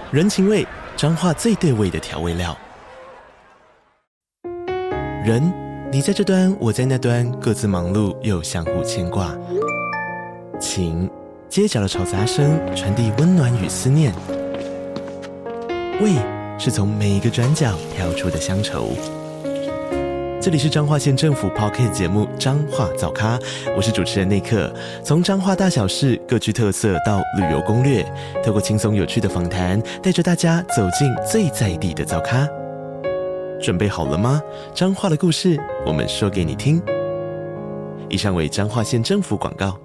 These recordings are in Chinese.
人情味，彰化最对味的调味料。人，你在这端，我在那端，各自忙碌又相互牵挂。情，街角的吵杂声传递温暖与思念。味，是从每一个转角跳出的乡愁。这里是彰化县政府 Podcast 节目《彰化早咖》，我是主持人内克。从彰化大小事各具特色到旅游攻略，透过轻松有趣的访谈，带着大家走进最在地的早咖。准备好了吗？彰化的故事，我们说给你听。以上为彰化县政府广告。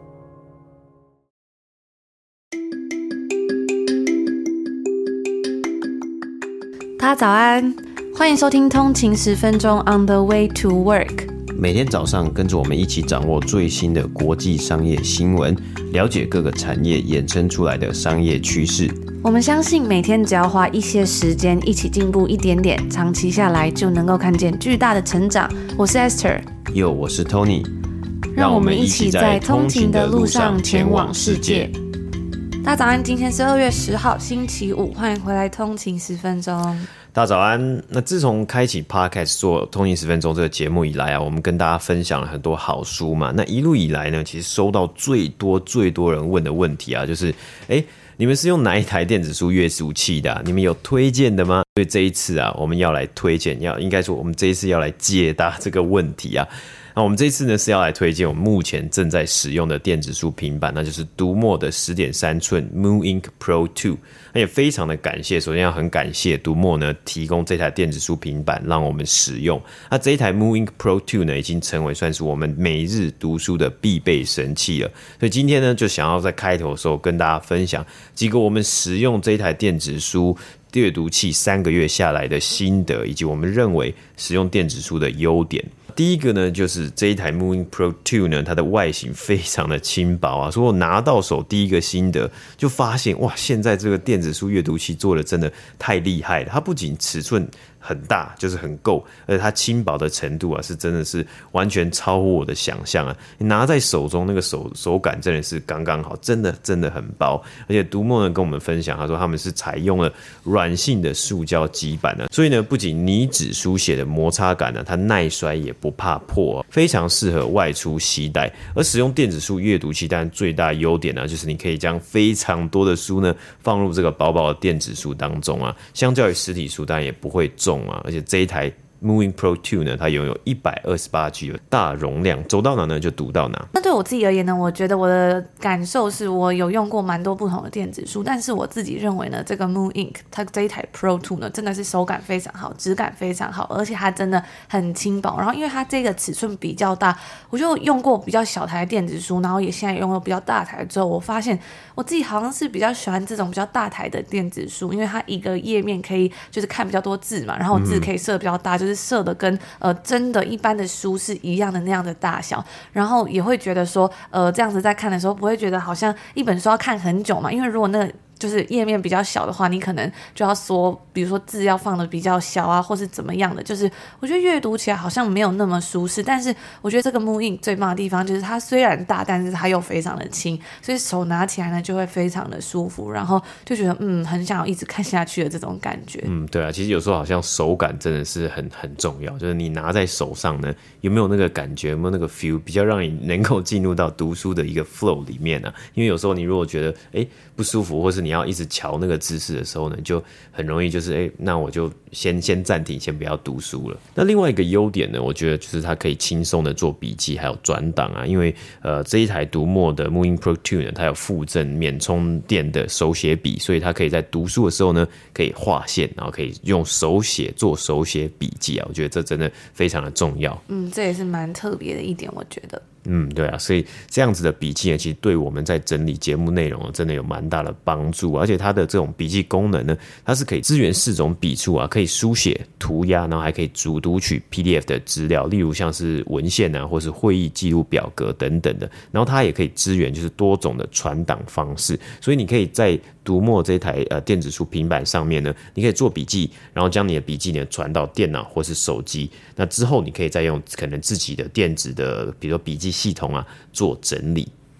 大家早安，欢迎收听通勤10分钟 On the way to work。 每天早上跟着我们一起掌握最新的国际商业新闻，了解各个产业衍生出来的商业趋势。 我们相信每天只要花一些时间，一起进步一点点，长期下来就能够看见巨大的成长。我是 Esther， 我是 Tony， 让我们一起在通勤的路上前往世界。大家早安，今天是2月10号星期五，欢迎回来通勤10分钟。 大家早安。那自从开启 Podcast 做通勤10分钟这个节目以来啊，我们跟大家分享了很多好书嘛。那一路以来呢，其实收到最多人问的问题啊，就是你们是用哪一台电子书阅读器的啊？你们有推荐的吗？所以这一次啊，我们要来推荐，应该说我们这一次要来解答这个问题啊。那我们这次呢是要来推荐我们目前正在使用的电子书平板，那就是读墨的 10.3 寸 Mooink Pro 2。那也非常的感谢，首先要很感谢读墨呢提供这台电子书平板让我们使用。那这一台 Mooink Pro 2呢已经成为算是我们每日读书的必备神器了。所以今天呢就想要在开头的时候跟大家分享几个我们使用这一台电子书阅读器3个月下来的心得，以及我们认为使用电子书的优点。第一个呢，就是这一台 Mooink Pro 2呢，它的外形非常的轻薄啊，所以我拿到手第一个心得就发现，哇，现在这个电子书阅读器做的真的太厉害了。它不仅尺寸很大，就是很够，而且它轻薄的程度啊，是真的是完全超乎我的想象啊！你拿在手中那个手感真的是刚刚好，真的很薄。而且读墨呢跟我们分享，他说他们是采用了软性的塑胶基板呢，所以呢不仅拟纸书写的摩擦感呢，它耐摔也不怕破，非常适合外出携带。而使用电子书阅读器，当然最大优点呢，就是你可以将非常多的书呢放入这个薄薄的电子书当中啊，相较于实体书，当然也不会重。而且这一台 Mooink Pro 2呢，它拥有128G 的大容量，走到哪呢就读到哪。 那对我自己而言呢，我觉得我的感受是我有用过蛮多不同的电子书，但是我自己认为呢，这个 Mooink 它这一台 Pro 2呢，真的是手感非常好，质感非常好，而且它真的很轻薄。然后因为它这个尺寸比较大，我就用过比较小台的电子书，然后也现在用了比较大台之后，我发现我自己好像是比较喜欢这种比较大台的电子书，因为它一个页面可以就是看比较多字嘛，然后字可以设比较大，就是设的跟真的一般的书是一样的那样的大小，然后也会觉得说这样子在看的时候不会觉得好像一本书要看很久嘛，因为如果那就是页面比较小的话，你可能就要说比如说字要放的比较小啊，或是怎么样的，就是我觉得阅读起来好像没有那么舒适。但是我觉得这个 Mooink 最棒的地方就是它虽然大，但是它又非常的轻，所以手拿起来呢就会非常的舒服，然后就觉得很想要一直看下去的这种感觉。 对啊，其实有时候好像手感真的是很重要，就是你拿在手上呢，有没有那个感觉，有没有那个 feel， 比较让你能够进入到读书的一个 flow 里面啊。因为有时候你如果觉得不舒服，或是你要一直瞧那个姿势的时候呢，就很容易就是那我就先暂停，先不要读书了。那另外一个优点呢，我觉得就是它可以轻松的做笔记还有转档啊，因为这一台读墨的 Mooink Pro 2呢，它有附赠免充电的手写笔，所以它可以在读书的时候呢可以划线，然后可以用手写做手写笔记啊，我觉得这真的非常的重要。 这也是蛮特别的一点，我觉得。 对啊，所以这样子的笔记呢，其实对我们在整理节目内容真的有蛮大的帮助，而且它的这种笔记功能呢，它是可以支援4种笔触啊，可以书写、涂鸦，然后还可以主读取 PDF 的资料，例如像是文献啊，或是会议记录表格等等的，然后它也可以支援就是多种的传档方式，所以你可以在读墨这台电子书平板上面呢，你可以做笔记，然后将你的笔记呢传到电脑或是手机，那之后你可以再用可能自己的电子的比如说笔记系统啊做整理。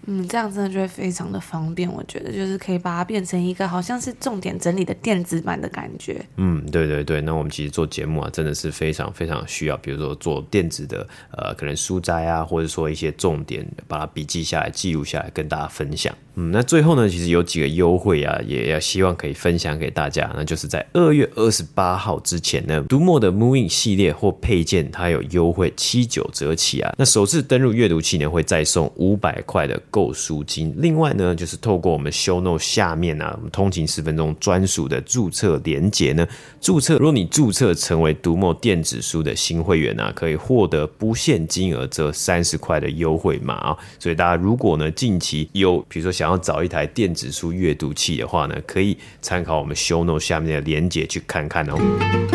这样真的就会非常的方便，我觉得就是可以把它变成一个好像是重点整理的电子版的感觉。 对对对，那我们其实做节目啊，真的是非常非常需要，比如说做电子的可能书摘啊，或者说一些重点，把它笔记下来、记录下来，跟大家分享。那最后呢，其实有几个优惠啊，也要希望可以分享给大家，那就是在2月28号之前呢，读墨的 MooInk 系列或配件它有优惠79折起啊。那首次登入阅读器呢，会再送500块的购书金。另外呢，就是透过我们 show note 下面啊，我们通勤10分钟专属的注册连结呢，如果你注册成为读墨电子书的新会员啊，可以获得不限金额折30块的优惠码啊。所以大家如果呢近期有比如说想要找一台电子书阅读器的话呢，可以参考我们 show note 下面的连结去看看哦。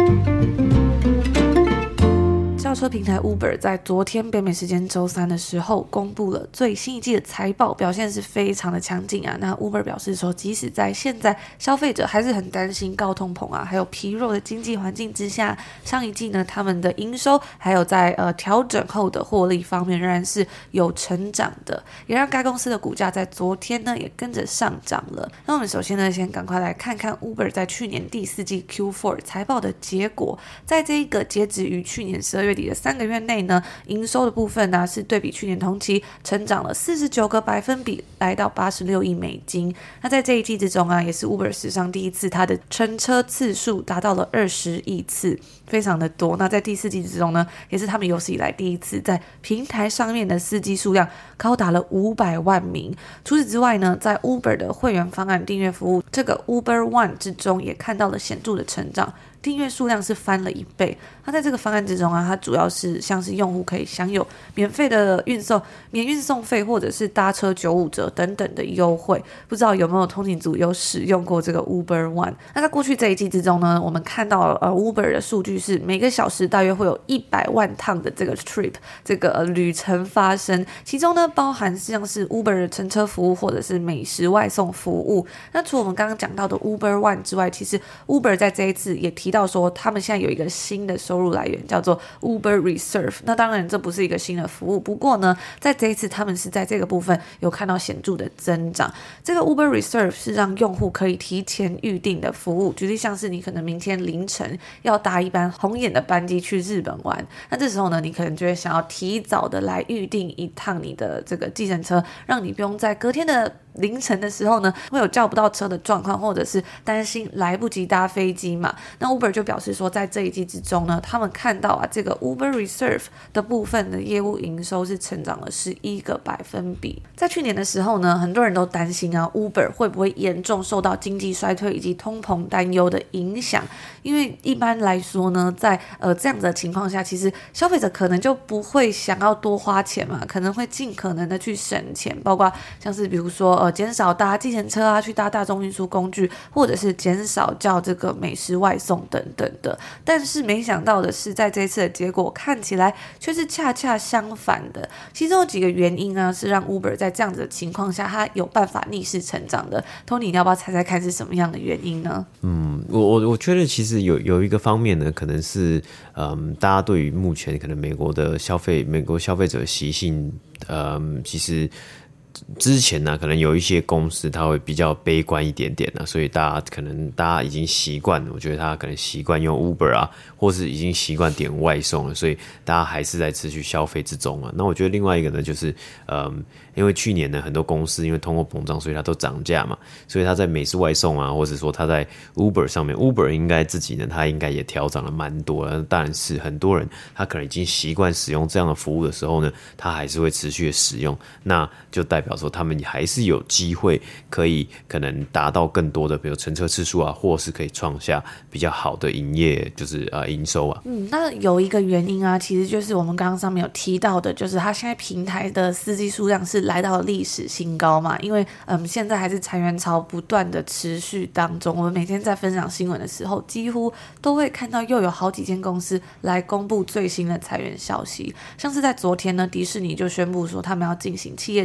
轿车平台 Uber 在昨天北美时间周3的时候公布了最新一季的财报，表现是非常的强劲啊。那 Uber 表示说，即使在现在消费者还是很担心高通膨啊，还有疲弱的经济环境之下，上一季呢他们的营收还有在调整后的获利方面仍然是有成长的，也让该公司的股价在昨天呢也跟着上涨了。那我们首先呢先赶快来看看 Uber 在去年第4季 Q4 财报的结果。在这一个截止于去年12月底的3个月内呢，营收的部分呢是对比去年同期成长了49个百分比，来到86亿美金。那在这一季之中啊，也是 Uber 史上第一次它的乘车次数达到了20亿次，非常的多。那在第4季之中呢，也是他们有史以来第一次在平台上面的司机数量高达了500万名。除此之外呢，在 Uber 的会员方案订阅服务这个 Uber One 之中，也看到了显著的成长，订阅数量是翻了1倍。那在这个方案之中啊，它主要是像是用户可以享有免费的运送、免运送费，或者是搭车95折等等的优惠。不知道有没有通勤族有使用过这个 Uber One？ 那在过去这一季之中呢，我们看到Uber 的数据是每个小时大约会有100万趟的这个 trip 这个旅程发生，其中呢包含像是 Uber 的乘车服务或者是美食外送服务。那除了我们刚刚讲到的 Uber One 之外，其实 Uber 在这一次也提到说，他们现在有一个新的收入来源，叫做 Uber Reserve。那当然这不是一个新的服务，不过呢，在这一次他们是在这个部分有看到显著的增长。这个 Uber Reserve 是让用户可以提前预定的服务，举例像是你可能明天凌晨要搭一班红眼的班机去日本玩，那这时候呢，你可能就会想要提早的来预定一趟你的这个计程车，让你不用在隔天的凌晨的时候呢，会有叫不到车的状况，或者是担心来不及搭飞机嘛。那 Uber 就表示说，在这一季之中呢，他们看到啊，这个 Uber Reserve 的部分的业务营收是成长了11个百分比。在去年的时候呢，很多人都担心啊 ，Uber 会不会严重受到经济衰退以及通膨担忧的影响？因为一般来说呢，在这样子的情况下，其实消费者可能就不会想要多花钱嘛，可能会尽可能的去省钱，包括像是比如说减少搭计程车啊，去搭大众运输工具，或者是减少叫这个美食外送等等的。但是没想到的是，在这一次的结果看起来却是恰恰相反的。其中有几个原因啊，是让 Uber 在这样子的情况下，它有办法逆势成长的。Tony，你要不要猜猜看是什么样的原因呢？ 我觉得其实有一个方面呢，可能是大家对于目前可能美国消费者习性，其实之前呢，可能有一些公司它会比较悲观一点点，所以大家已经习惯了，我觉得他可能习惯用 Uber 啊，或是已经习惯点外送了，所以大家还是在持续消费之中啊。那我觉得另外一个呢，就是因为去年呢很多公司因为通货膨胀，所以它都涨价嘛，所以它在美食外送啊，或者说它在 Uber 上面 ，Uber 应该自己呢，它应该也调涨了蛮多了。当然是很多人他可能已经习惯使用这样的服务的时候呢，他还是会持续的使用，那就代表说他们还是有机会可能达到更多的，比如乘车次数啊，或是可以创下比较好的营业就是营收啊。 那有一个原因啊，其实就是我们刚刚上面有提到的，就是它现在平台的司机数量是来到了历史新高嘛，因为现在还是裁员潮不断的持续当中，我们每天在分享新闻的时候，几乎都会看到又有好几间公司来公布最新的裁员消息。像是在昨天呢，迪士尼就宣布说他们要进行企业重整，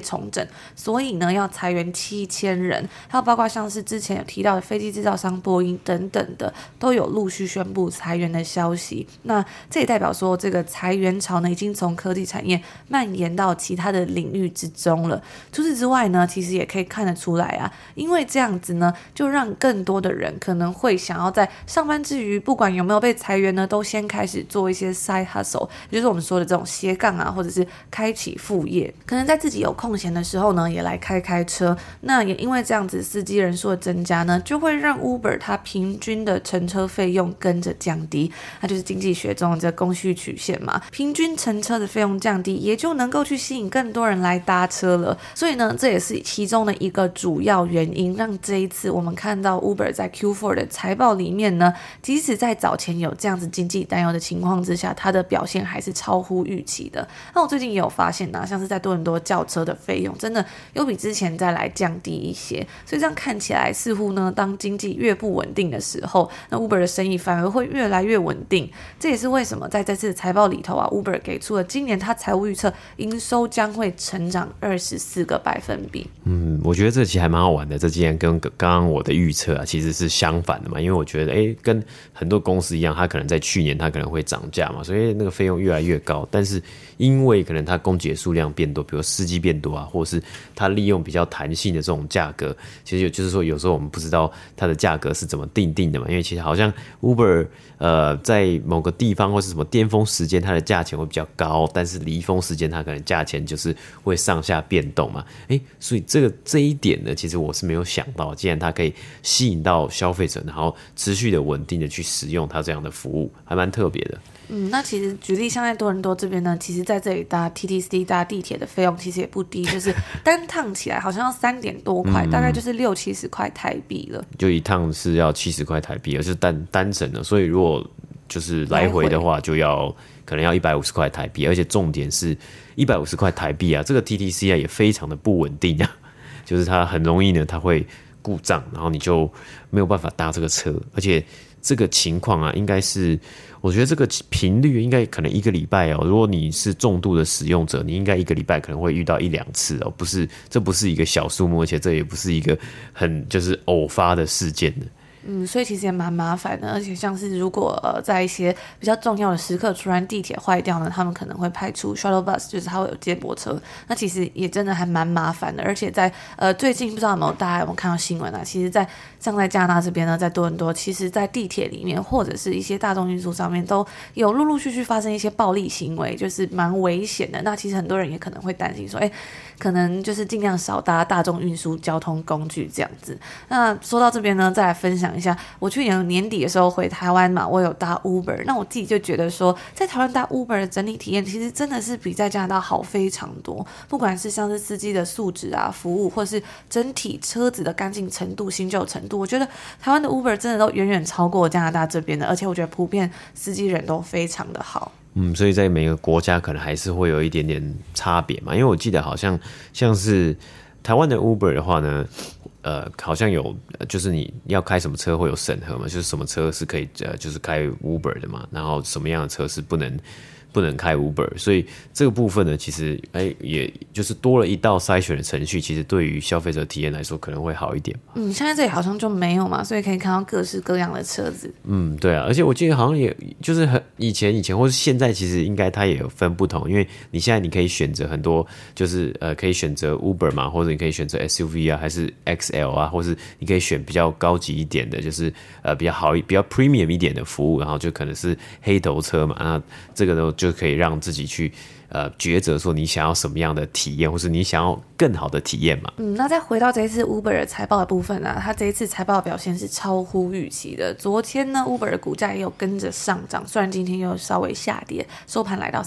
整，所以呢要裁员7000人，还有包括像是之前有提到的飞机制造商波音等等的，都有陆续宣布裁员的消息。那这也代表说这个裁员潮呢已经从科技产业蔓延到其他的领域之中了。除此之外呢，其实也可以看得出来啊，因为这样子呢就让更多的人可能会想要在上班之余，不管有没有被裁员呢，都先开始做一些 side hustle， 也就是我们说的这种斜杠啊，或者是开启副业，可能在自己有空闲的时候呢也来开车。那也因为这样子司机人数的增加呢，就会让 Uber 它平均的乘车费用跟着降低，它就是经济学中的这个供需曲线嘛，平均乘车的费用降低，也就能够去吸引更多人来搭车了。所以呢，这也是其中的一个主要原因，让这一次我们看到 Uber 在 Q4 的财报里面呢，即使在早前有这样子经济担忧的情况之下，它的表现还是超乎预期的。那我最近也有发现像是在多伦多轿车的费用真的有比之前再来降低一些，所以这样看起来似乎呢，当经济越不稳定的时候，那 Uber 的生意反而会越来越稳定。这也是为什么在这次的财报里头啊 ，Uber 给出了今年它财务预测营收将会成长24%。 我觉得这其实还蛮好玩的，这竟然跟刚刚我的预测啊其实是相反的嘛，因为我觉得跟很多公司一样，它可能在去年它可能会涨价嘛，所以那个费用越来越高，但是因为可能它供给数量变多，比如司机变多啊，或是它利用比较弹性的这种价格，其实就是说有时候我们不知道它的价格是怎么定的嘛，因为其实好像 Uber 在某个地方或是什么巅峰时间它的价钱会比较高，但是离峰时间它可能价钱就是会上下变动嘛，所以这一点呢，其实我是没有想到，既然它可以吸引到消费者，然后持续的稳定的去使用它这样的服务，还蛮特别的。 那其实举例像在多伦多这边呢，其实在这里搭 TTC 搭地铁的费用其实也不低，就是单趟起来好像要3点多块，大概就是60-70块台币了。 就一趟是要70块台币，而是单程的，所以如果就是来回的话，就要可能要150块台币，而且重点是150块台币啊，这个 TTC 啊也非常的不稳定啊，就是它很容易呢，它会故障，然后你就没有办法搭这个车，而且这个情况啊，应该是我觉得这个频率应该可能1个礼拜如果你是重度的使用者，你应该1个礼拜可能会遇到1-2次这不是一个小数目，而且这也不是一个很就是偶发的事件的。 所以其实也蛮麻烦的，而且像是如果在一些比较重要的时刻，突然地铁坏掉呢，他们可能会派出 shuttle bus， 就是它会有接驳车，那其实也真的还蛮麻烦的。而且在最近不知道大家有没有看到新闻啊？其实像在加拿大这边呢，在多伦多，其实在地铁里面或者是一些大众运输上面都有陆陆续续发生一些暴力行为，就是蛮危险的。那其实很多人也可能会担心说，可能就是尽量少搭大众运输交通工具这样子。那说到这边呢，再来分享一下，我去年年底的时候回台湾嘛，我有搭 Uber， 那我自己就觉得说，在台湾搭 Uber 的整体体验其实真的是比在加拿大好非常多，不管是像是司机的素质啊、服务，或是整体车子的干净程度、新旧程度，我觉得台湾的 Uber 真的都远远超过加拿大这边的，而且我觉得普遍司机人都非常的好。 所以在每个国家可能还是会有一点点差别嘛，因为我记得好像是台湾的 Uber 的话呢，好像有就是你要开什么车会有审核嘛，就是什么车是可以就是开 Uber 的嘛，然后什么样的车是不能开 Uber， 所以这个部分呢，其实也就是多了一道筛选的程序，其实对于消费者体验来说可能会好一点吧。 现在这里好像就没有嘛，所以可以看到各式各样的车子。 对啊，而且我记得好像也就是以前或是现在，其实应该它也有分不同，因为你现在你可以选择很多，就是可以选择 Uber 嘛，或者你可以选择 SUV 啊，还是 XL 啊，或是你可以选比较高级一点的，就是比较好、比较 premium 一点的服务，然后就可能是黑头车嘛，那这个呢就可以让自己去抉择说你想要什么样的体验，或是你想要更好的体验嘛。 那再回到这一次 Uber 的财报的部分啊，它这一次财报的表现是超乎预期的。昨天呢 Uber 的股价也有跟着上涨，虽然今天又稍微下跌，收盘来到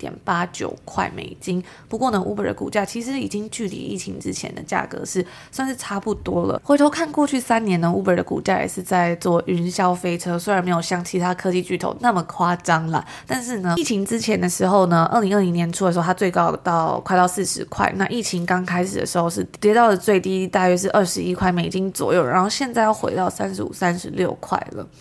35.89块美金。不过呢 Uber 的股价其实已经距离疫情之前的价格是算是差不多了。回头看过去3年呢 Uber 的股价也是在做云霄飞车，虽然没有像其他科技巨头那么夸张啦，但是呢疫情之前的时候呢2020年初的时候它最高快到40块，那疫情刚开始的时候是跌到了最低大约是21块美金左右，然后现在要回到35-36块了。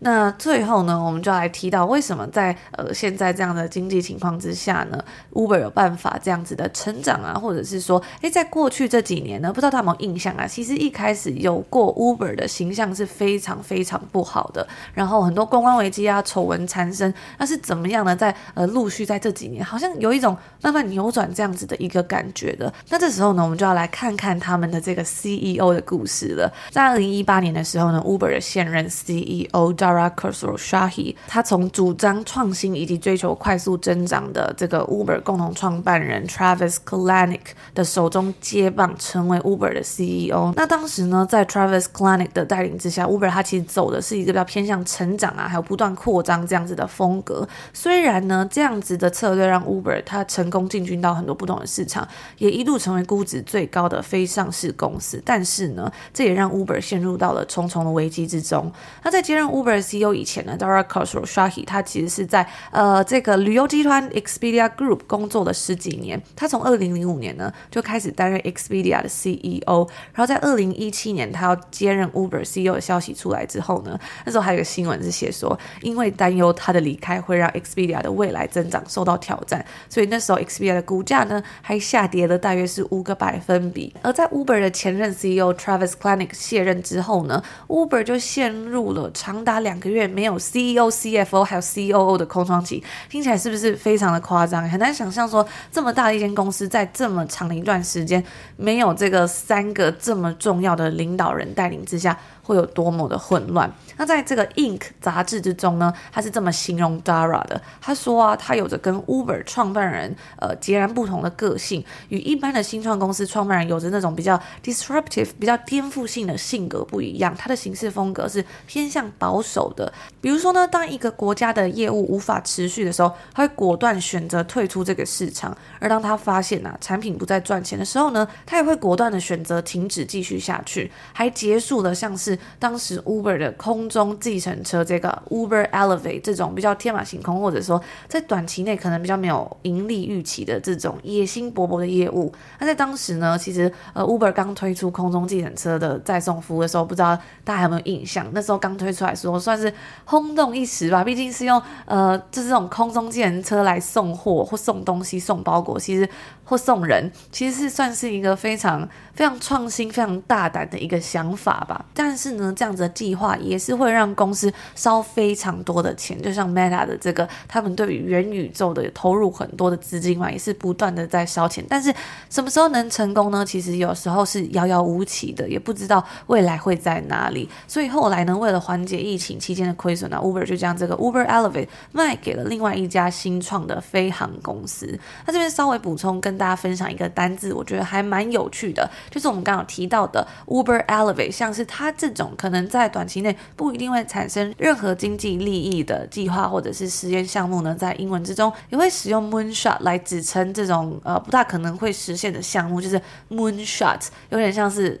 那最后呢，我们就来提到为什么在现在这样的经济情况之下呢 Uber 有办法这样子的成长啊，或者是说在过去这几年呢，不知道大家有没有印象啊，其实一开始有过 Uber 的形象是非常非常不好的，然后很多公关危机啊丑闻缠身，那是怎么样呢，在陆续在这几年好像有一种慢慢扭转这样子的一个感觉的。那这时候呢，我们就要来看看他们的这个 CEO 的故事了。在2018年的时候呢， Uber 的现任 CEO Dara Khosrowshahi 他从主张创新以及追求快速增长的这个 Uber 共同创办人 Travis Kalanick 的手中接棒，成为 Uber 的 CEO。 那当时呢，在 Travis Kalanick 的带领之下， Uber 他其实走的是一个比较偏向成长啊，还有不断扩张这样子的风格。虽然呢，这样子的策略让 Uber 他成功进军到很多不同的市场，也一度成为估值最高的非上市公司，但是呢，这也让 Uber 陷入到了重重的危机之中。那在接任 Uber 的 CEO 以前呢， Dara Khosrowshahi 他其实是在这个旅游集团 Expedia Group 工作了10几年。他从2005年呢就开始担任 Expedia 的 CEO， 然后在2017年他要接任 Uber CEO 的消息出来之后呢，那时候还有个新闻是写说，因为担忧他的离开会让 Expedia 的未来增长受到挑战，所以那时候 Expedia 的股价呢还下跌了大约是5个百分比。而在 Uber 的前任 CEO Travis Kalanick 卸任之后呢， Uber 就陷入了长达2个月没有 CEO、CFO 还有 COO 的空窗期。听起来是不是非常的夸张？很难想象说这么大的一间公司在这么长的一段时间没有这个3个这么重要的领导人带领之下会有多么的混乱。那在这个 Inc 杂志之中呢，他是这么形容 Dara 的，他说啊，他有着跟 Uber 创办人截然不同的个性，与一般的新创公司创办人有着那种比较 disruptive 比较颠覆性的性格不一样。他的行事风格是偏向保守的，比如说呢，当一个国家的业务无法持续的时候，他会果断选择退出这个市场，而当他发现产品不再赚钱的时候呢，他也会果断的选择停止继续下去，还结束了像是当时 Uber 的空中计程车这个 Uber Elevate 这种比较天马行空，或者说在短期内可能比较没有盈利预期的这种野心勃勃的业务。那在当时呢，其实Uber 刚推出空中计程车的载送服务的时候，不知道大家还有没有印象？那时候刚推出来说算是轰动一时吧，毕竟是用就是这种空中计程车来送货或送东西、送包裹，其实或送人，其实是算是一个非常非常创新、非常大胆的一个想法吧。但是呢，这样子的计划也是会让公司烧非常多的钱，就像 Meta 的这个，他们对于元宇宙的投入很多的资金嘛，也是不断的在烧钱。但是什么时候能成功呢？其实有时候是遥遥无期的，也不知道未来会在哪里。所以后来呢，为了缓解疫情期间的亏损，Uber 就将这个 Uber Elevate 卖给了另外一家新创的飞航公司。那这边稍微补充跟大家分享一个单字，我觉得还蛮有趣的，就是我们刚刚有提到的 Uber Elevate， 像是它这种可能在短期内不一定会产生任何经济利益的计划或者是实验项目呢，在英文之中也会使用 moonshot 来指称这种不大可能会实现的项目，就是 moonshot 有点像是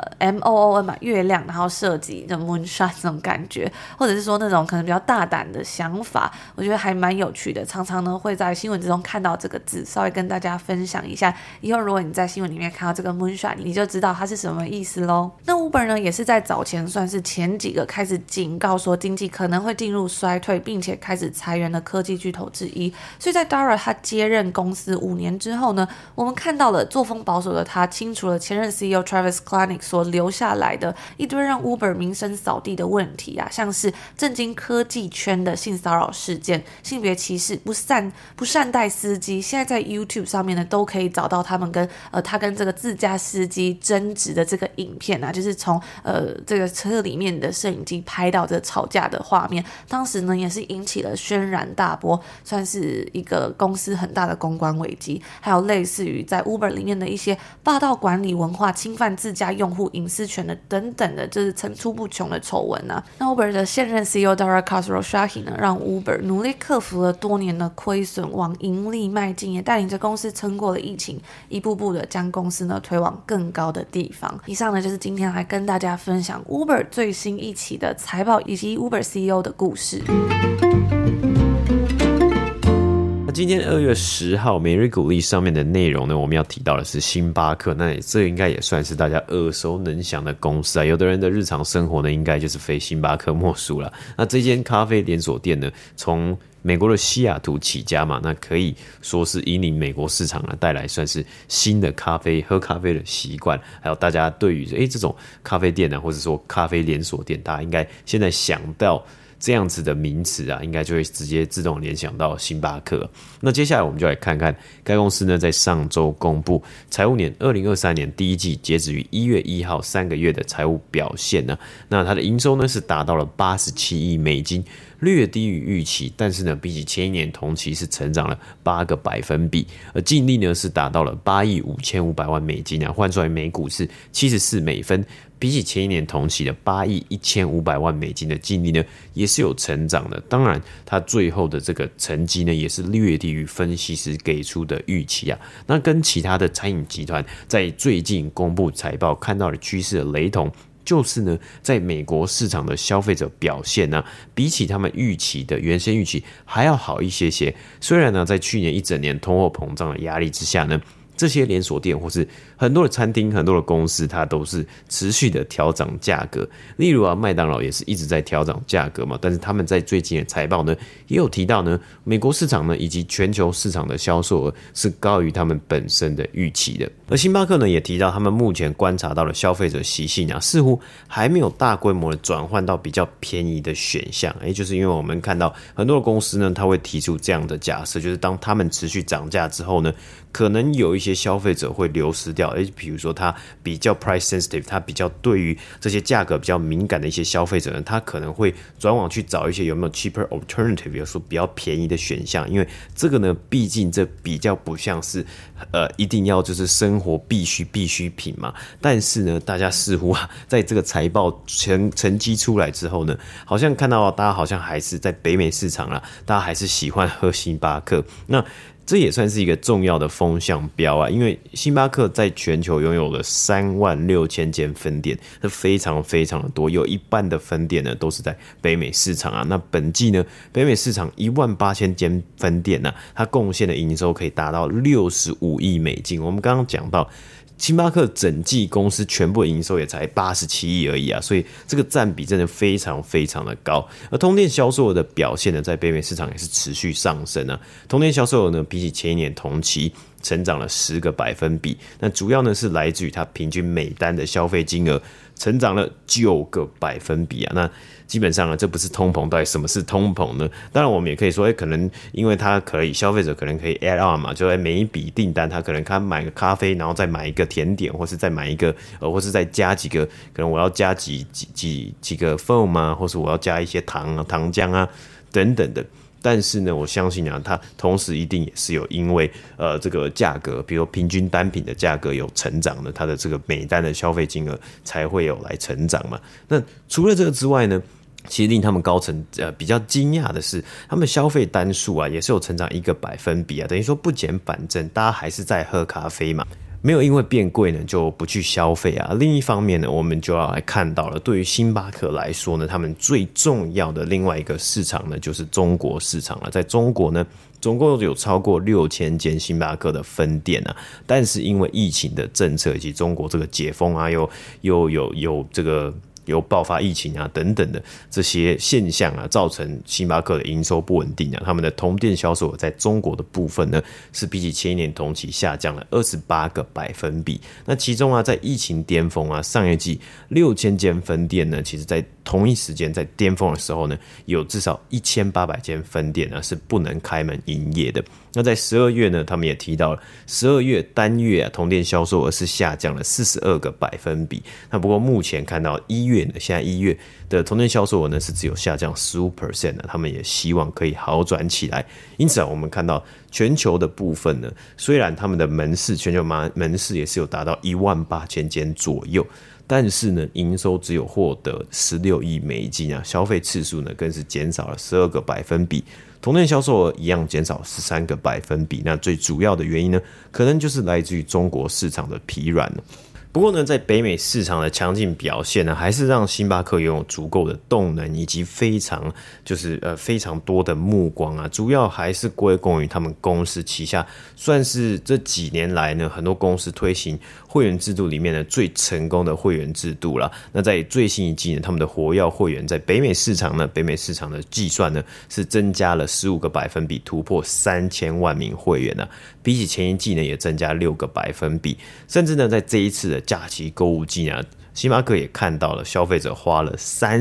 MOON 嘛，月亮然后射击的 moonshot 这种感觉，或者是说那种可能比较大胆的想法，我觉得还蛮有趣的。常常呢会在新闻之中看到这个字，稍微跟大家分享一下，以后如果你在新闻里面看到这个 moonshot， 你就知道它是什么意思咯。那 Uber 呢也是在早前算是前几个开始警告说经济可能会进入衰退并且开始裁员的科技巨头之一。所以在 Dara 他接任公司5年之后呢，我们看到了作风保守的他清除了前任 CEO Travis Kalanick 所留下来的一堆让 Uber 名声扫地的问题啊，像是震惊科技圈的性骚扰事件、性别歧视、不善待司机，现在在 YouTube 上面呢都可以找到他们跟他跟这个自家司机争执的这个影片啊，就是从这个车里面的摄影机拍到这吵架的画面，当时呢也是引起了轩然大波，算是一个公司很大的公关危机。还有类似于在 Uber 里面的一些霸道管理文化、侵犯自家用户隐私权的等等的，就是层出不穷的丑闻啊。那 Uber 的现任 CEO Dara Khosrowshahi 呢，让 Uber 努力克服了多年的亏损，往盈利迈进，也带领着公司撑过了疫情，一步步的将公司呢推往更高的地方。以上呢就是今天来跟大家分享 Uber 最新一期的财报以及 Uber CEO 的故事。 今天2月10号每日股历上面的内容呢，我们要提到的是星巴克。那这应该也算是大家耳熟能详的公司啊。有的人的日常生活呢，应该就是非星巴克莫属了。那这间咖啡连锁店呢，从美国的西雅图起家嘛，那可以说是引领美国市场呢，带来算是新的喝咖啡的习惯，还有大家对于这种咖啡店啊，或者说咖啡连锁店，大家应该现在想到这样子的名词啊，应该就会直接自动联想到星巴克。那接下来我们就来看看该公司呢，在上周公布财务年2023年第一季截止于1月1号3个月的财务表现呢。那它的营收呢是达到了87亿美金，略低于预期，但是呢，比起前一年同期是成长了8个百分比，而净利呢是达到了8亿5500万美金啊，换算每股是74美分。比起前一年同期的8亿1500万美金的净利呢，也是有成长的。当然，它最后的这个成绩呢，也是略低于分析师给出的预期啊。那跟其他的餐饮集团在最近公布财报看到的趋势的雷同。就是呢，在美国市场的消费者表现呢，比起他们原先预期还要好一些些。虽然呢，在去年一整年通货膨胀的压力之下呢，这些连锁店或是很多的餐厅、很多的公司，它都是持续的调涨价格。例如啊，麦当劳也是一直在调涨价格嘛，但是他们在最近的财报呢，也有提到呢，美国市场呢以及全球市场的销售额是高于他们本身的预期的。而星巴克呢也提到，他们目前观察到的消费者习性啊，似乎还没有大规模的转换到比较便宜的选项。就是因为我们看到很多的公司呢，他会提出这样的假设，就是当他们持续涨价之后呢，可能有一些消费者会流失掉。比如说他比较 price sensitive， 他比较对于这些价格比较敏感的一些消费者呢，他可能会转往去找一些有没有 cheaper alternative， 比如说比较便宜的选项。因为这个呢，毕竟这比较不像是一定要就是生活必需品嘛。但是呢，大家似乎在这个财报成绩出来之后呢，好像看到大家好像还是在北美市场啦，大家还是喜欢喝星巴克。那这也算是一个重要的风向标啊，因为星巴克在全球拥有了36000间分店，是非常非常的多，有一半的分店呢都是在北美市场啊。那本季呢，北美市场18000间分店呢，它贡献的营收可以达到65亿美金。我们刚刚讲到，星巴克整季公司全部的营收也才87亿而已啊，所以这个占比真的非常非常的高。而通店销售额的表现呢，在北美市场也是持续上升啊。通店销售额呢，比起前一年同期成长了10个百分比，那主要呢是来自于它平均每单的消费金额成长了9个百分比啊。那基本上呢，这不是通膨，到底什么是通膨呢？当然我们也可以说，可能因为它消费者可能可以 add on 嘛，就每一笔订单他可能买个咖啡，然后再买一个甜点，或是再买一个或是再加几个，可能我要加几个 foam 啊，或是我要加一些糖浆啊等等的。但是呢，我相信啊，它同时一定也是有因为这个价格，比如平均单品的价格有成长的，它的这个每单的消费金额才会有来成长嘛。那除了这个之外呢，其实令他们高层比较惊讶的是，他们消费单数啊也是有成长1个百分比啊，等于说不减反增，大家还是在喝咖啡嘛。没有因为变贵呢就不去消费啊。另一方面呢，我们就要来看到了，对于星巴克来说呢，他们最重要的另外一个市场呢，就是中国市场了。在中国呢，总共有超过6000间星巴克的分店啊，但是因为疫情的政策以及中国这个解封啊，又有这个有爆发疫情啊等等的这些现象啊，造成星巴克的营收不稳定啊。他们的同店销售额在中国的部分呢，是比起前一年同期下降了28个百分比。那其中啊，在疫情巅峰啊，上一季6000间分店呢，其实在同一时间在巅峰的时候呢，有至少1800间分店呢是不能开门营业的。那在12月呢，他们也提到了12月单月啊，同店销售额是下降了42个百分比。那不过目前看到现在1月的同店销售额呢是只有下降 15% 他们也希望可以好转起来。因此啊，我们看到全球的部分呢，虽然他们的全球门市也是有达到18000间左右，但是呢，营收只有获得16亿美金啊，消费次数呢更是减少了12个百分比，同店销售额一样减少13个百分比。那最主要的原因呢，可能就是来自于中国市场的疲软了。 不过呢，在北美市场的强劲表现呢，还是让星巴克拥有足够的动能以及非常多的目光啊，主要还是归功于他们公司旗下算是这几年来呢，很多公司推行会员制度里面呢最成功的会员制度啦。那在最新一季呢，他们的活跃会员在北美市场的计算呢是增加了15个百分比，突破3000万名会员啊，比起前一季呢也增加6个百分比，甚至呢在这一次的假期购物季啊，星巴克也看到了消费者花了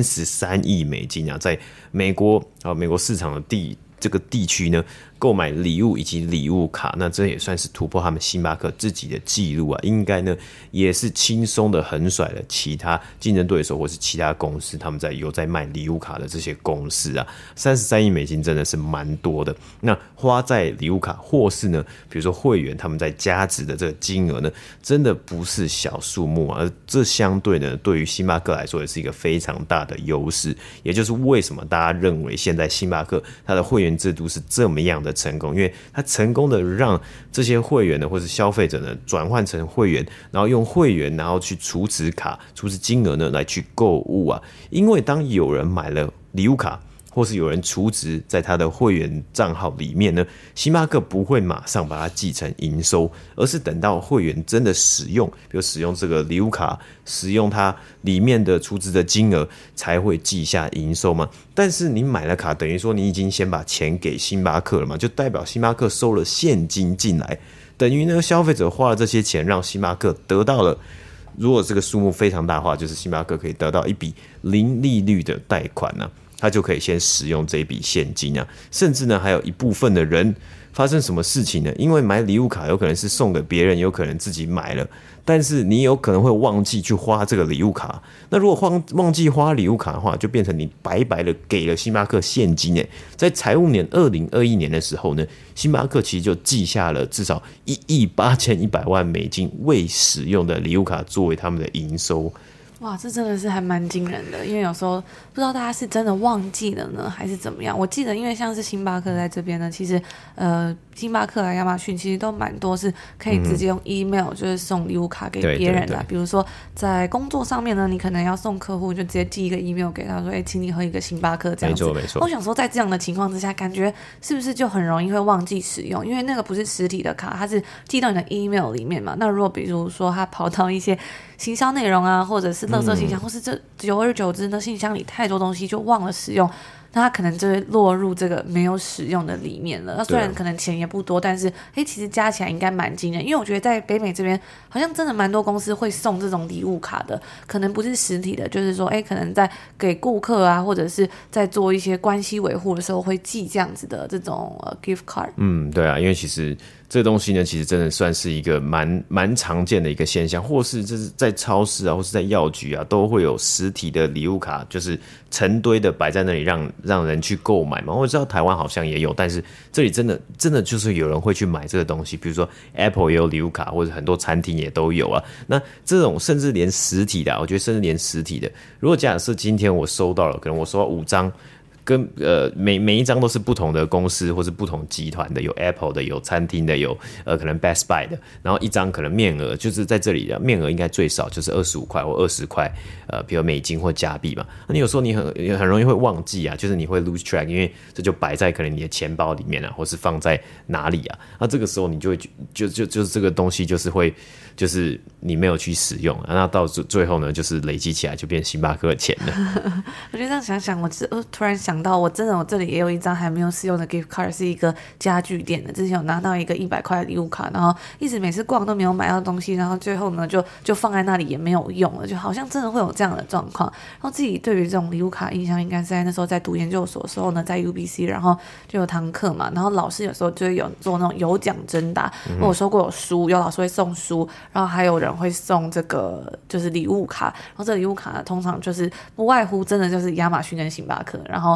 33亿美金啊，在美国市场的这个地区呢购买礼物以及礼物卡，那这也算是突破他们星巴克自己的记录啊，应该呢也是轻松的横甩了其他竞争对手或是其他公司他们有在卖礼物卡的这些公司啊，33亿美金真的是蛮多的。那花在礼物卡或是呢比如说会员他们在加值的这个金额呢，真的不是小数目啊，而这相对呢对于星巴克来说也是一个非常大的优势，也就是为什么大家认为现在星巴克它的会员制度是这么样的成功，因为它成功的让这些会员呢或是消费者呢转换成会员，然后用会员然后去储值金额呢来去购物啊。因为当有人买了礼物卡或是有人储值在他的会员账号里面呢，星巴克不会马上把它记成营收，而是等到会员真的使用，比如使用这个礼物卡，使用它里面的储值的金额才会记下营收嘛。但是你买了卡，等于说你已经先把钱给星巴克了嘛，就代表星巴克收了现金进来，等于呢消费者花了这些钱，让星巴克得到了，如果这个数目非常大的话，就是星巴克可以得到一笔零利率的贷款啊，他就可以先使用这一笔现金啊，甚至呢还有一部分的人发生什么事情呢？因为买礼物卡有可能是送给别人，有可能自己买了，但是你有可能会忘记去花这个礼物卡。那如果忘记花礼物卡的话，就变成你白白的给了星巴克现金耶。在财务年2021年的时候呢，星巴克其实就记下了至少1亿8100万美金未使用的礼物卡作为他们的营收。 哇，这真的是还蛮惊人的，因为有时候不知道大家是真的忘记了呢，还是怎么样。我记得，因为像是星巴克在这边呢，其实星巴克啊、亚马逊其实都蛮多是可以直接用 email 就是送礼物卡给别人的。比如说在工作上面呢，你可能要送客户，就直接寄一个 email 给他说，请你喝一个星巴克这样子。 没错。 我想说，在这样的情况之下，感觉是不是就很容易会忘记使用？因为那个不是实体的卡，它是寄到你的 email 里面嘛。那如果比如说它跑到一些行销内容啊，或者是垃圾信箱，或是这久而久之呢，信箱里太多东西就忘了使用，那它可能就会落入这个没有使用的里面了。那虽然可能钱也不多，但是其实加起来应该蛮惊人。因为我觉得在北美这边好像真的蛮多公司会送这种礼物卡的，可能不是实体的，就是说可能在给顾客啊，或者是在做一些关系维护的时候会寄这样子的这种gift card。 对啊，因为其实这个东西呢，其实真的算是一个蛮常见的一个现象，或是就是在超市啊，或是在药局啊，都会有实体的礼物卡，就是成堆的摆在那里让人去购买嘛。我知道台湾好像也有，但是这里真的就是有人会去买这个东西，比如说 Apple 也有礼物卡，或者很多餐厅也都有啊。那这种甚至连实体的，我觉得甚至连实体的，如果假设今天我收到了，可能我收到5张。跟每一张都是不同的公司或是不同集团的，有 Apple 的，有餐厅的，有可能 Best Buy 的，然后一张可能面额就是在这里的面额应该最少就是25块或20块，比如美金或加币嘛。那你有时候你很容易会忘记啊，就是你会 lose track， 因为这就摆在可能你的钱包里面啊，或是放在哪里啊，那这个时候你就会就是这个东西就是会就是你没有去使用，那到最后呢，就是累积起来就变星巴克的钱了。 我觉得这样想想，我突然想到，我这里也有一张还没有使用的 gift card， 是一个家具店的。之前有拿到一个100块的礼物卡，然后一直每次逛都没有买到东西，然后最后呢就放在那里也没有用了，就好像真的会有这样的状况。然后自己对于这种礼物卡印象应该是在那时候在读研究所的时候呢，在 UBC， 然后就有堂课嘛，然后老师有时候就会有做那种有奖征答，我收过有书，有老师会送书，然后还有人会送这个就是礼物卡，然后这个礼物卡呢通常就是不外乎真的就是亚马逊跟星巴克，然后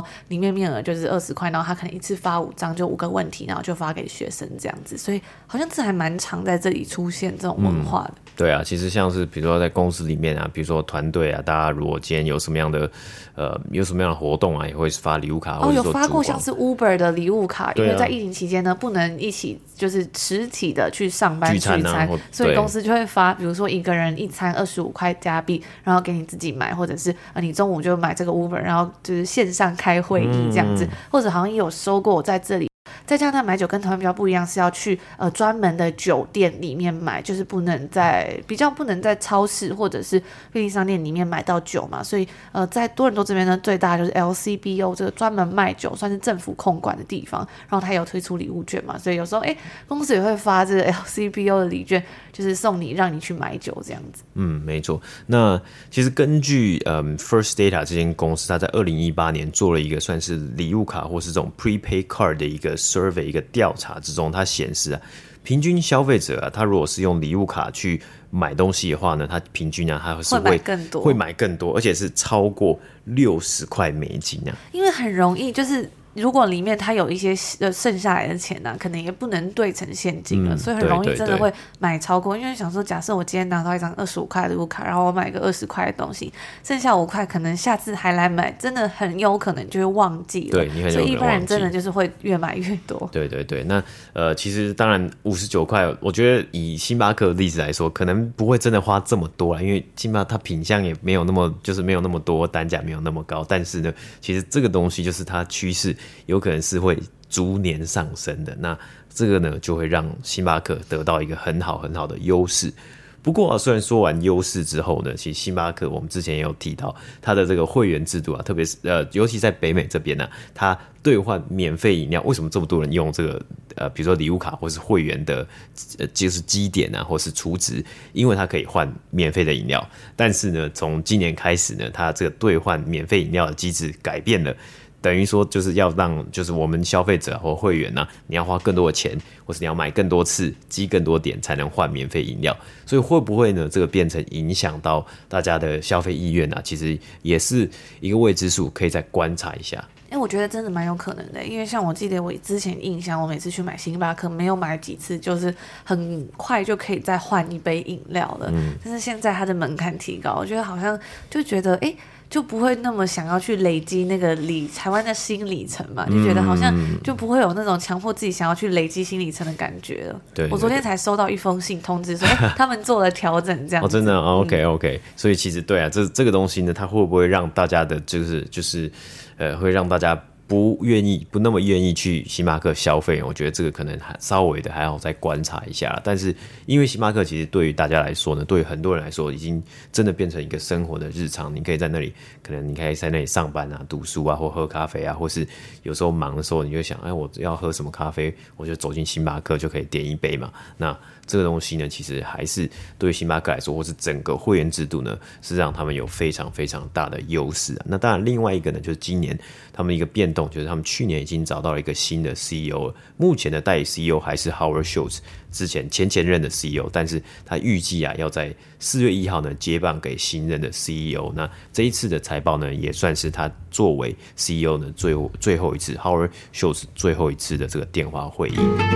里面面额就是20块，然后他可能一次发5张，就5个问题，然后就发给学生这样子，所以好像这还蛮常在这里出现这种文化的。 对啊，其实像是比如说在公司里面啊，比如说团队啊，大家如果今天有什么样的活动啊，也会发礼物卡，或者说有发过像是 Uber 的礼物卡，因为在疫情期间呢，不能一起就是实体的去上班聚餐，所以公司就会发，比如说一个人一餐25块加币，然后给你自己买，或者是你中午就买这个 Uber， 然后就是线上开会议这样子，或者好像也有收过我在这里。在加拿大买酒跟台湾比较不一样，是要去专门的酒店里面买，就是比较不能在超市或者是便利商店里面买到酒嘛，所以在多伦多这边呢，最大就是 LCBO 这个专门卖酒，算是政府控管的地方，然后它有推出礼物券嘛，所以有时候公司也会发这个 LCBO 的礼券，就是送你让你去买酒这样子。 没错。那其实根据First Data 这间公司，它在2018年做了一个算是礼物卡或是这种 prepaid card 的一个survey 一个调查之中，它显示啊，平均消费者啊，他如果是用礼物卡去买东西的话呢，他平均啊，他是会买更多，而且是超过60块美金啊。 因为很容易就是。如果里面它有一些剩下来的钱可能也不能兑成现金了，所以很容易真的会买超过。因为想说，假设我今天拿到一张25块的礼物卡，然后我买个20块的东西，剩下5块可能下次还来买，真的很有可能就会忘记了。 对，你很有可能忘记。 所以一般人真的就是会越买越多。 对对对，那其实当然59块，我觉得以星巴克的例子来说，可能不会真的花这么多啦，因为星巴克它品项也没有那么多，单价没有那么高。但是呢，其实这个东西就是它趋势有可能是会逐年上升的，那这个呢就会让星巴克得到一个很好的优势。不过虽然说完优势之后呢，其实星巴克我们之前也有提到它的这个会员制度啊，特别是尤其在北美这边呢，它兑换免费饮料，为什么这么多人用这个比如说礼物卡或是会员的就是积点啊，或是储值，因为它可以换免费的饮料。但是呢，从今年开始呢，它这个兑换免费饮料的机制改变了。等于说就是要让就是我们消费者或会员你要花更多的钱，或是你要买更多次积更多点才能换免费饮料，所以会不会呢这个变成影响到大家的消费意愿其实也是一个未知数，可以再观察一下。 我觉得真的蛮有可能的，因为像我记得我之前印象，我每次去买星巴克没有买几次，就是很快就可以再换一杯饮料了。但是现在它的门槛提高，我觉得好像就觉得就不会那么想要去累积那个台湾的新里程嘛，就觉得好像就不会有那种强迫自己想要去累积新里程的感觉了。 对， 我昨天才收到一封信通知说他们做了调整这样子。 真的OK， 所以其实对啊，这个东西呢，它会不会让大家的就是会让大家不那么愿意去星巴克消费，我觉得这个可能稍微的还要再观察一下。但是因为星巴克其实对于大家来说呢，对于很多人来说已经真的变成一个生活的日常，你可以在那里，可能你可以在那里上班啊、读书啊，或喝咖啡啊，或是有时候忙的时候你就想我要喝什么咖啡，我就走进星巴克就可以点一杯嘛。那这个东西呢，其实还是对于星巴克来说，或是整个会员制度呢，是让他们有非常非常大的优势那当然另外一个呢，就是今年他们一个变动，就是他们去年已经找到了一个新的 CEO 了，目前的代理 CEO 还是 Howard Schultz 之前前任的 CEO， 但是他预计要在4月1号呢接棒给新任的 CEO。 那这一次的财报呢，也算是他作为 CEO 呢最后一次 Howard Schultz 最后一次的这个电话会议。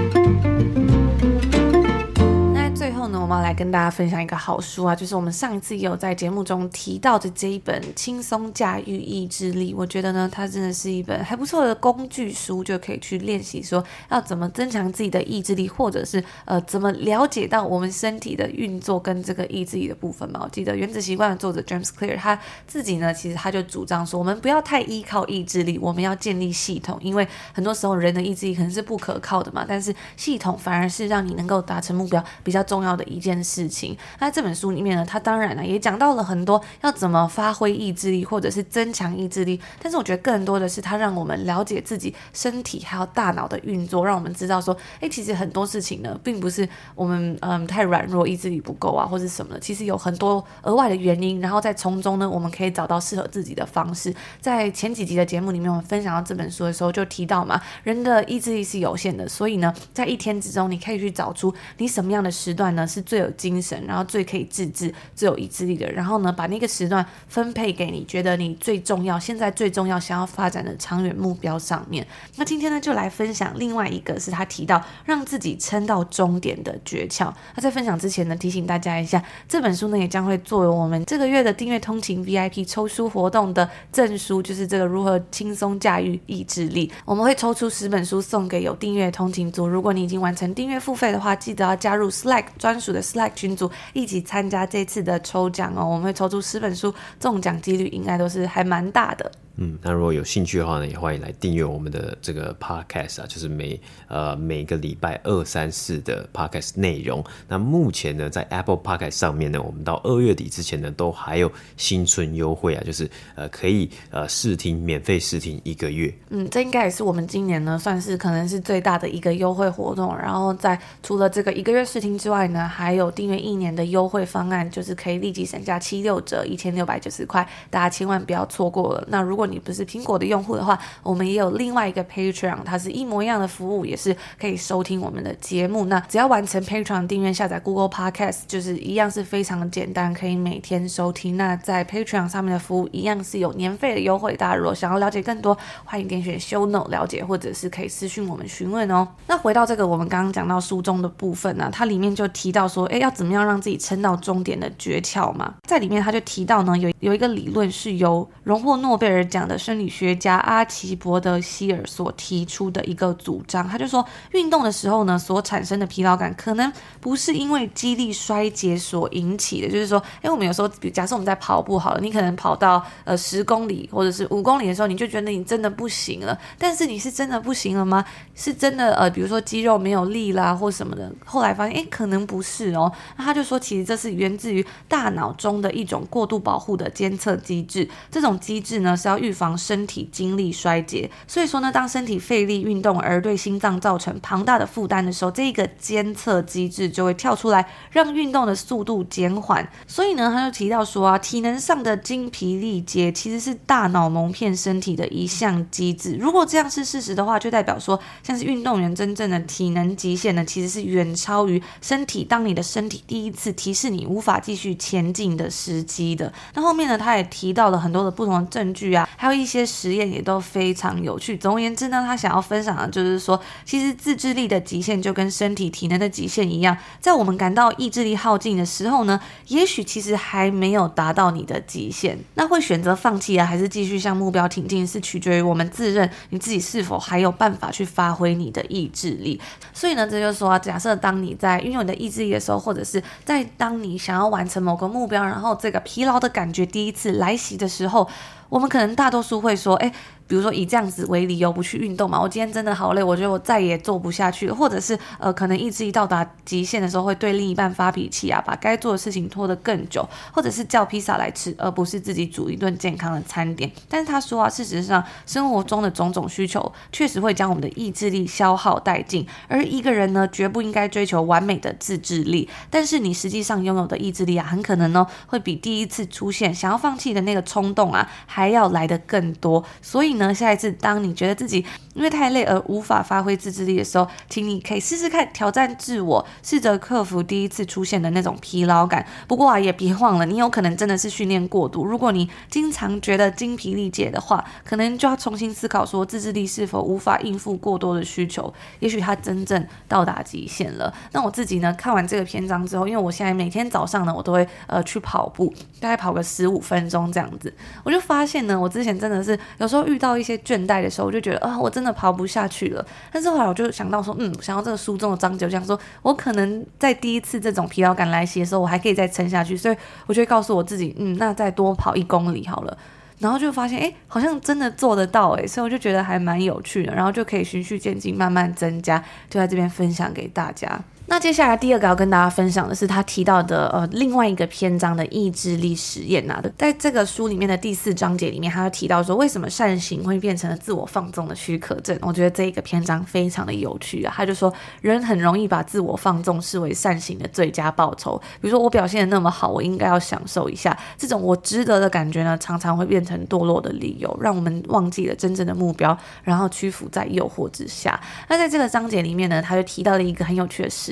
最后呢，我们要来跟大家分享一个好书就是我们上一次也有在节目中提到的这一本《轻松驾驭意志力》。我觉得呢，它真的是一本还不错的工具书，就可以去练习说要怎么增强自己的意志力，或者是怎么了解到我们身体的运作跟这个意志力的部分嘛。我记得《原子习惯》的作者 James Clear 他自己呢，其实他就主张说，我们不要太依靠意志力，我们要建立系统，因为很多时候人的意志力可能是不可靠的嘛，但是系统反而是让你能够达成目标比较重要的一件事情。那这本书里面呢，它当然也讲到了很多要怎么发挥意志力或者是增强意志力，但是我觉得更多的是它让我们了解自己身体还有大脑的运作，让我们知道说其实很多事情呢并不是我们太软弱意志力不够或是什么的，其实有很多额外的原因，然后在从中呢我们可以找到适合自己的方式。在前几集的节目里面我们分享到这本书的时候就提到嘛，人的意志力是有限的，所以呢在一天之中你可以去找出你什么样的时段呢是最有精神，然后最可以自制、最有意志力的，然后呢把那个时段分配给你觉得你最重要、现在最重要想要发展的长远目标上面。那今天呢就来分享另外一个是他提到让自己撑到终点的诀窍。那在分享之前呢，提醒大家一下，这本书呢也将会作为我们这个月的订阅通勤 VIP 抽书活动的证书，就是这个如何轻松驾驭意志力。我们会抽出10本书送给有订阅通勤族，如果你已经完成订阅付费的话，记得要加入 Slack 专属的 Slack 群组，一起参加这次的抽奖哦。我们会抽出10本书，中奖几率应该都是还蛮大的。 那如果有兴趣的话呢，也欢迎来订阅我们的这个 podcast 啊，就是每个礼拜2、3、4的 podcast 内容。那目前呢，在 Apple Podcast 上面呢，我们到2月底之前呢，都还有新春优惠啊，就是可以试听，免费试听1个月。 这应该也是我们今年呢，算是可能是最大的一个优惠活动。然后在除了这个1个月试听之外呢，还有订阅1年的优惠方案，就是可以立即省下76折，1690块，大家千万不要错过了。那如果你不是苹果的用户的话，我们也有另外一个 Patreon， 它是一模一样的服务，也是可以收听我们的节目。那只要完成 Patreon 订阅，下载 Google Podcast， 就是一样是非常简单，可以每天收听。那在 Patreon 上面的服务一样是有年费的优惠，大家如果想要了解更多，欢迎点选 Show Note 了解，或者是可以私讯我们询问哦。那回到这个我们刚刚讲到书中的部分呢，它里面就提到说，要怎么样让自己撑到终点的诀窍嘛。在里面他就提到呢，有一个理论是由荣获诺贝尔奖的生理学家阿奇伯德希尔所提出的一个主张。他就说，运动的时候呢，所产生的疲劳感可能不是因为肌力衰竭所引起的，就是说，我们有时候假设我们在跑步好了，你可能跑到10公里或者是5公里的时候，你就觉得你真的不行了，但是你是真的不行了吗？是真的比如说肌肉没有力啦或什么的，后来发现可能不是哦。那他就说，其实这是源自于大脑中的一种过度保护的监测机制，这种机制呢是要预防身体精力衰竭，所以说呢，当身体费力运动而对心脏造成庞大的负担的时候，这个监测机制就会跳出来，让运动的速度减缓。所以呢，他就提到说体能上的精疲力竭其实是大脑蒙骗身体的一项机制。如果这样是事实的话，就代表说，像是运动员真正的体能极限呢，其实是远超于当你的身体第一次提示你无法继续前进的时机的。那后面呢，他也提到了很多的不同的证据啊，还有一些实验也都非常有趣。总而言之呢，他想要分享的就是说，其实自制力的极限就跟身体体能的极限一样，在我们感到意志力耗尽的时候呢，也许其实还没有达到你的极限。那会选择放弃啊，还是继续向目标挺进，是取决于我们自认你自己是否还有办法去发挥你的意志力。所以呢，这就是说，假设当你在运用你的意志力的时候，或者是在当你想要完成某个目标，然后这个疲劳的感觉第一次来袭的时候，我们可能大多数会说，比如说以这样子为理由不去运动嘛，我今天真的好累，我觉得我再也做不下去了，或者是可能意志力到达极限的时候会对另一半发脾气啊，把该做的事情拖得更久，或者是叫披萨来吃，而不是自己煮一顿健康的餐点。但是他说事实上生活中的种种需求确实会将我们的意志力消耗殆尽，而一个人呢，绝不应该追求完美的自制力，但是你实际上拥有的意志力啊，很可能呢会比第一次出现想要放弃的那个冲动啊还要来得更多。所以呢，下一次当你觉得自己因为太累而无法发挥自制力的时候，请你可以试试看挑战自我，试着克服第一次出现的那种疲劳感。不过也别忘了，你有可能真的是训练过度，如果你经常觉得精疲力竭的话，可能就要重新思考说自制力是否无法应付过多的需求，也许它真正到达极限了。那我自己呢，看完这个篇章之后，因为我现在每天早上呢，我都会去跑步，大概跑个15分钟这样子，我就发现呢，我之前真的是有时候遇到一些倦怠的时候，我就觉得我真的跑不下去了。但是后来我就想到说，想到这个书中的章节，我想说我可能在第一次这种疲劳感来袭的时候，我还可以再撑下去，所以我就会告诉我自己，那再多跑1公里好了。然后就发现好像真的做得到所以我就觉得还蛮有趣的，然后就可以循序渐进慢慢增加，就在这边分享给大家。那接下来第二个要跟大家分享的是他提到的另外一个篇章的意志力实验在这个书里面的第4章节里面，他就提到说为什么善行会变成了自我放纵的许可证。我觉得这一个篇章非常的有趣啊，他就说人很容易把自我放纵视为善行的最佳报酬，比如说我表现得那么好，我应该要享受一下，这种我值得的感觉呢，常常会变成堕落的理由，让我们忘记了真正的目标，然后屈服在诱惑之下。那在这个章节里面呢，他就提到了一个很有趣的实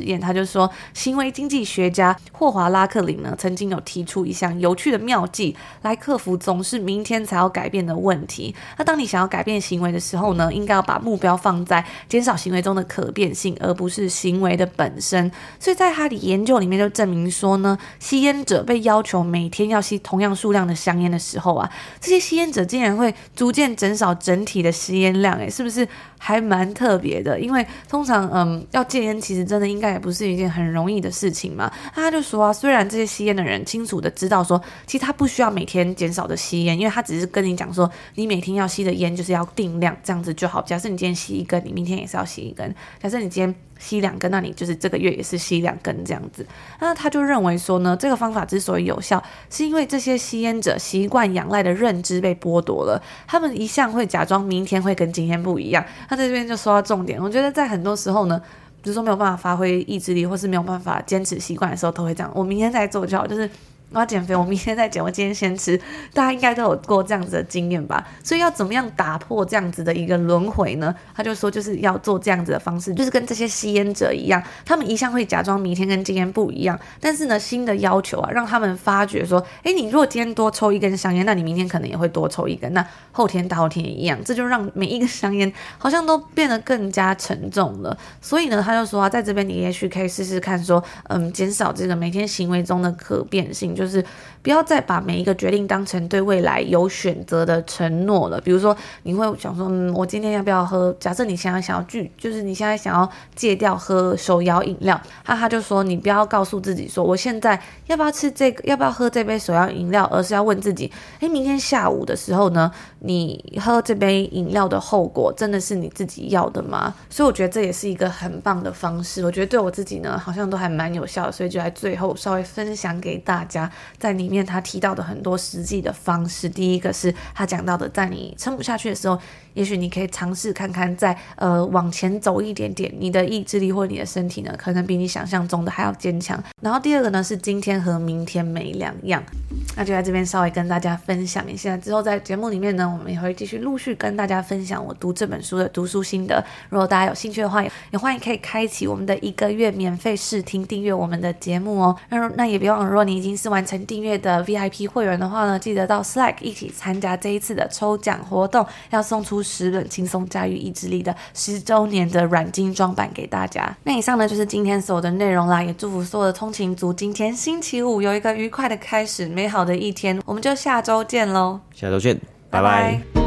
验，他就说行为经济学家霍华拉克林呢曾经有提出一项有趣的妙计来克服总是明天才要改变的问题。那当你想要改变行为的时候呢，应该要把目标放在减少行为中的可变性，而不是行为的本身。所以在他的研究里面就证明说呢，吸烟者被要求每天要吸同样数量的香烟的时候啊，这些吸烟者竟然会逐渐减少整体的吸烟量，是不是还蛮特别的？因为通常要戒烟其实真的应该也不是一件很容易的事情嘛。他就说啊，虽然这些吸烟的人清楚的知道说，其实他不需要每天减少的吸烟，因为他只是跟你讲说，你每天要吸的烟就是要定量，这样子就好。假设你今天吸1根，你明天也是要吸1根；假设你今天吸2根，那你就是这个月也是吸2根这样子。那他就认为说呢，这个方法之所以有效，是因为这些吸烟者习惯仰赖的认知被剥夺了，他们一向会假装明天会跟今天不一样。那在这边就说到重点，我觉得在很多时候呢，比如说没有办法发挥意志力，或是没有办法坚持习惯的时候，都会这样，我明天再做就好，就是我要减肥，我明天再减，我今天先吃。大家应该都有过这样子的经验吧？所以要怎么样打破这样子的一个轮回呢？他就说就是要做这样子的方式，就是跟这些吸烟者一样，他们一向会假装明天跟今天不一样，但是呢，新的要求啊，让他们发觉说，你如果今天多抽1根香烟，那你明天可能也会多抽1根，那后天大后天也一样，这就让每一个香烟好像都变得更加沉重了。所以呢，他就说啊，在这边你也许可以试试看说，减少这个每天行为中的可变性，就是不要再把每一个决定当成对未来有选择的承诺了。比如说你会想说，我今天要不要喝，假设你现在想要就是你现在想要戒掉喝手摇饮料，他就说你不要告诉自己说我现在要不要吃这个，要不要喝这杯手摇饮料，而是要问自己，明天下午的时候呢，你喝这杯饮料的后果真的是你自己要的吗？所以我觉得这也是一个很棒的方式，我觉得对我自己呢好像都还蛮有效的，所以就在最后稍微分享给大家。在里面他提到的很多实际的方式，第一个是他讲到的，在你撑不下去的时候，也许你可以尝试看看再往前走一点点，你的意志力或你的身体呢可能比你想象中的还要坚强。然后第二个呢是今天和明天没两样，那就在这边稍微跟大家分享一下。之后在节目里面呢，我们也会继续陆续跟大家分享我读这本书的读书心得。如果大家有兴趣的话，也欢迎可以开启我们的1个月免费试听，订阅我们的节目哦。那也别忘了，如果你已经是完成订阅的 VIP 会员的话呢，记得到 Slack 一起参加这一次的抽奖活动，要送出10本轻松驾驭意志力的10周年的软精装版给大家。那以上呢就是今天所有的内容啦，也祝福所有的通勤族今天星期五有一个愉快的开始，美好的一天。我们就下周见咯， 下周见，拜拜。